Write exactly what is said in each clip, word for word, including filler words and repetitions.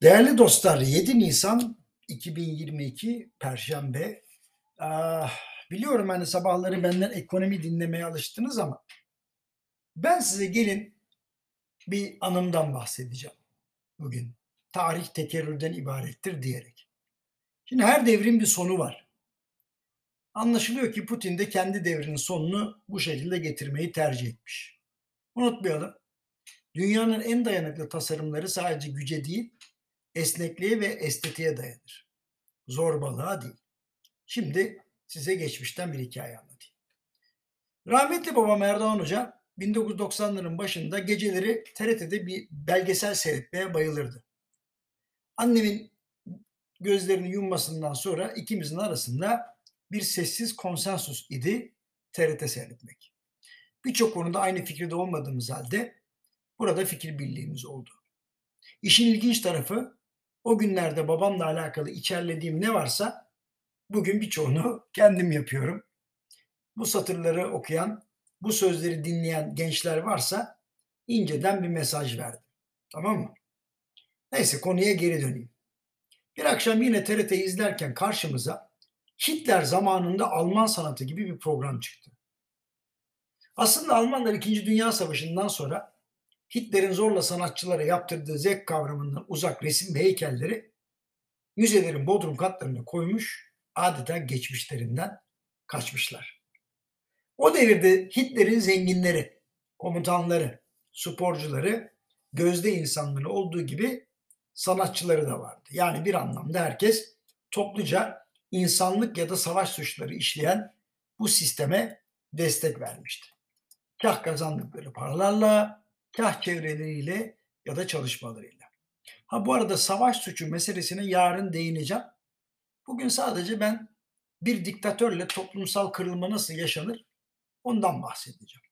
Değerli dostlar, yedi Nisan iki bin yirmi iki Perşembe. Ah, biliyorum hani sabahları benden ekonomi dinlemeye alıştınız ama ben size gelin bir anımdan bahsedeceğim bugün. Tarih tekerrürden ibarettir diyerek. Şimdi her devrin bir sonu var. Anlaşılıyor ki Putin de kendi devrinin sonunu bu şekilde getirmeyi tercih etmiş. Unutmayalım, dünyanın en dayanıklı tasarımları sadece güce değil, esnekliğe ve estetiğe dayanır. Zorbalığa değil. Şimdi size geçmişten bir hikaye anlatayım. Rahmetli babam Erdoğan Hoca bin dokuz yüz doksanların başında geceleri T R T'de bir belgesel seyretmeye bayılırdı. Annemin gözlerini yummasından sonra ikimizin arasında bir sessiz konsensus idi T R T seyretmek. Birçok konuda aynı fikirde olmadığımız halde burada fikir birliğimiz oldu. İşin ilginç tarafı o günlerde babamla alakalı içerlediğim ne varsa bugün birçoğunu kendim yapıyorum. Bu satırları okuyan, bu sözleri dinleyen gençler varsa inceden bir mesaj verdim. Tamam mı? Neyse konuya geri döneyim. Bir akşam yine T R T'yi izlerken karşımıza Hitler zamanında Alman sanatı gibi bir program çıktı. Aslında Almanlar İkinci Dünya Savaşı'ndan sonra Hitler'in zorla sanatçılara yaptırdığı zevk kavramından uzak resim ve heykelleri müzelerin bodrum katlarına koymuş, adeta geçmişlerinden kaçmışlar. O devirde Hitler'in zenginleri, komutanları, sporcuları, gözde insanları olduğu gibi sanatçıları da vardı. Yani bir anlamda herkes topluca insanlık ya da savaş suçları işleyen bu sisteme destek vermişti. Kah kazandıkları paralarla, kah çevreleriyle ya da çalışmalarıyla. Ha bu arada savaş suçu meselesine yarın değineceğim. Bugün sadece ben bir diktatörle toplumsal kırılma nasıl yaşanır ondan bahsedeceğim.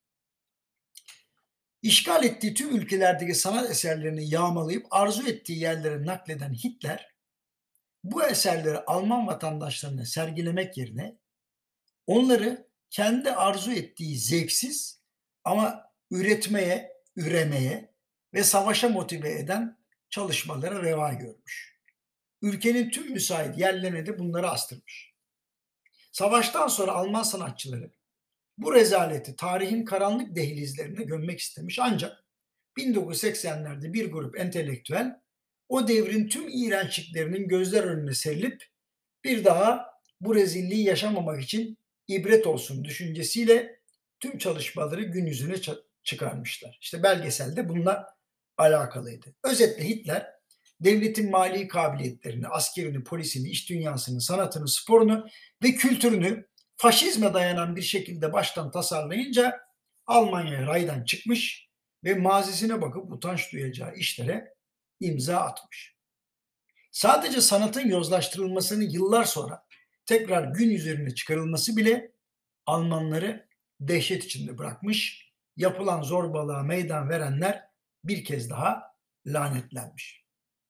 İşgal ettiği tüm ülkelerdeki sanat eserlerini yağmalayıp arzu ettiği yerlere nakleden Hitler, bu eserleri Alman vatandaşlarına sergilemek yerine onları kendi arzu ettiği zevksiz ama üretmeye, üremeye ve savaşa motive eden çalışmalara reva görmüş. Ülkenin tüm müsait yerlerine de bunları astırmış. Savaştan sonra Alman sanatçıları bu rezaleti tarihin karanlık dehlizlerine gömmek istemiş ancak bin dokuz yüz seksenlerde bir grup entelektüel o devrin tüm iğrençliklerinin gözler önüne serilip bir daha bu rezilliği yaşamamak için ibret olsun düşüncesiyle tüm çalışmaları gün yüzüne çıkarmışlar. İşte belgeselde bununla alakalıydı. Özetle Hitler devletin mali kabiliyetlerini, askerini, polisini, iş dünyasını, sanatını, sporunu ve kültürünü faşizme dayanan bir şekilde baştan tasarlayınca Almanya raydan çıkmış ve mazisine bakıp utanç duyacağı işlere imza atmış. Sadece sanatın yozlaştırılmasını yıllar sonra tekrar gün üzerine çıkarılması bile Almanları dehşet içinde bırakmış, yapılan zorbalığa meydan verenler bir kez daha lanetlenmiş.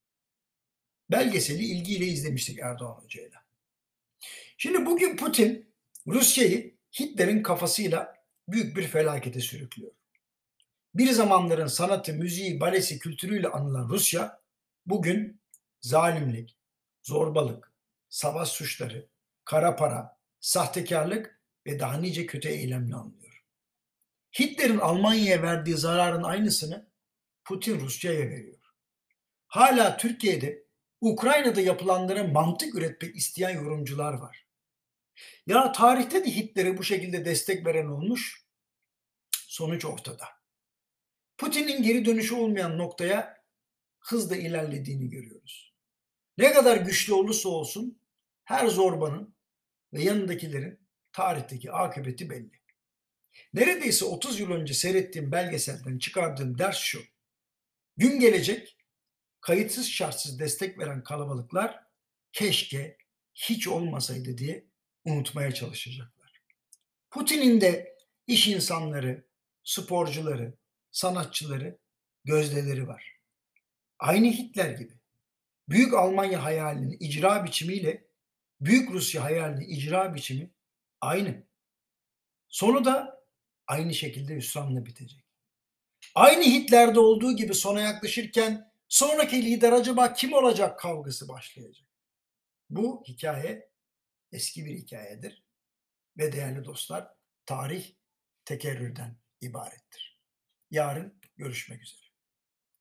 Belgeseli ilgiyle izlemiştik Erdoğan Hoca'yla. Şimdi bugün Putin Rusya'yı Hitler'in kafasıyla büyük bir felakete sürüklüyor. Bir zamanların sanatı, müziği, balesi, kültürüyle anılan Rusya bugün zalimlik, zorbalık, savaş suçları, kara para, sahtekarlık ve daha nice kötü eylemle anılıyor. Hitler'in Almanya'ya verdiği zararın aynısını Putin Rusya'ya veriyor. Hala Türkiye'de Ukrayna'da yapılanlara mantık üretmek isteyen yorumcular var. Ya tarihte de Hitler'e bu şekilde destek veren olmuş, sonuç ortada. Putin'in geri dönüşü olmayan noktaya hızla ilerlediğini görüyoruz. Ne kadar güçlü olursa olsun her zorbanın ve yanındakilerin tarihteki akıbeti belli. Neredeyse otuz yıl önce seyrettiğim belgeselden çıkardığım ders şu: gün gelecek, kayıtsız şartsız destek veren kalabalıklar keşke hiç olmasaydı diye unutmaya çalışacaklar. Putin'in de iş insanları, sporcuları, sanatçıları, gözdeleri var. Aynı Hitler gibi. Büyük Almanya hayalinin icra biçimiyle Büyük Rusya hayalinin icra biçimi aynı. Sonu da aynı şekilde hüsranla bitecek. Aynı Hitler'de olduğu gibi sona yaklaşırken Sonraki lider acaba kim olacak kavgası başlayacak. Bu hikaye eski bir hikayedir ve değerli dostlar, tarih tekerrürden ibarettir. Yarın görüşmek üzere.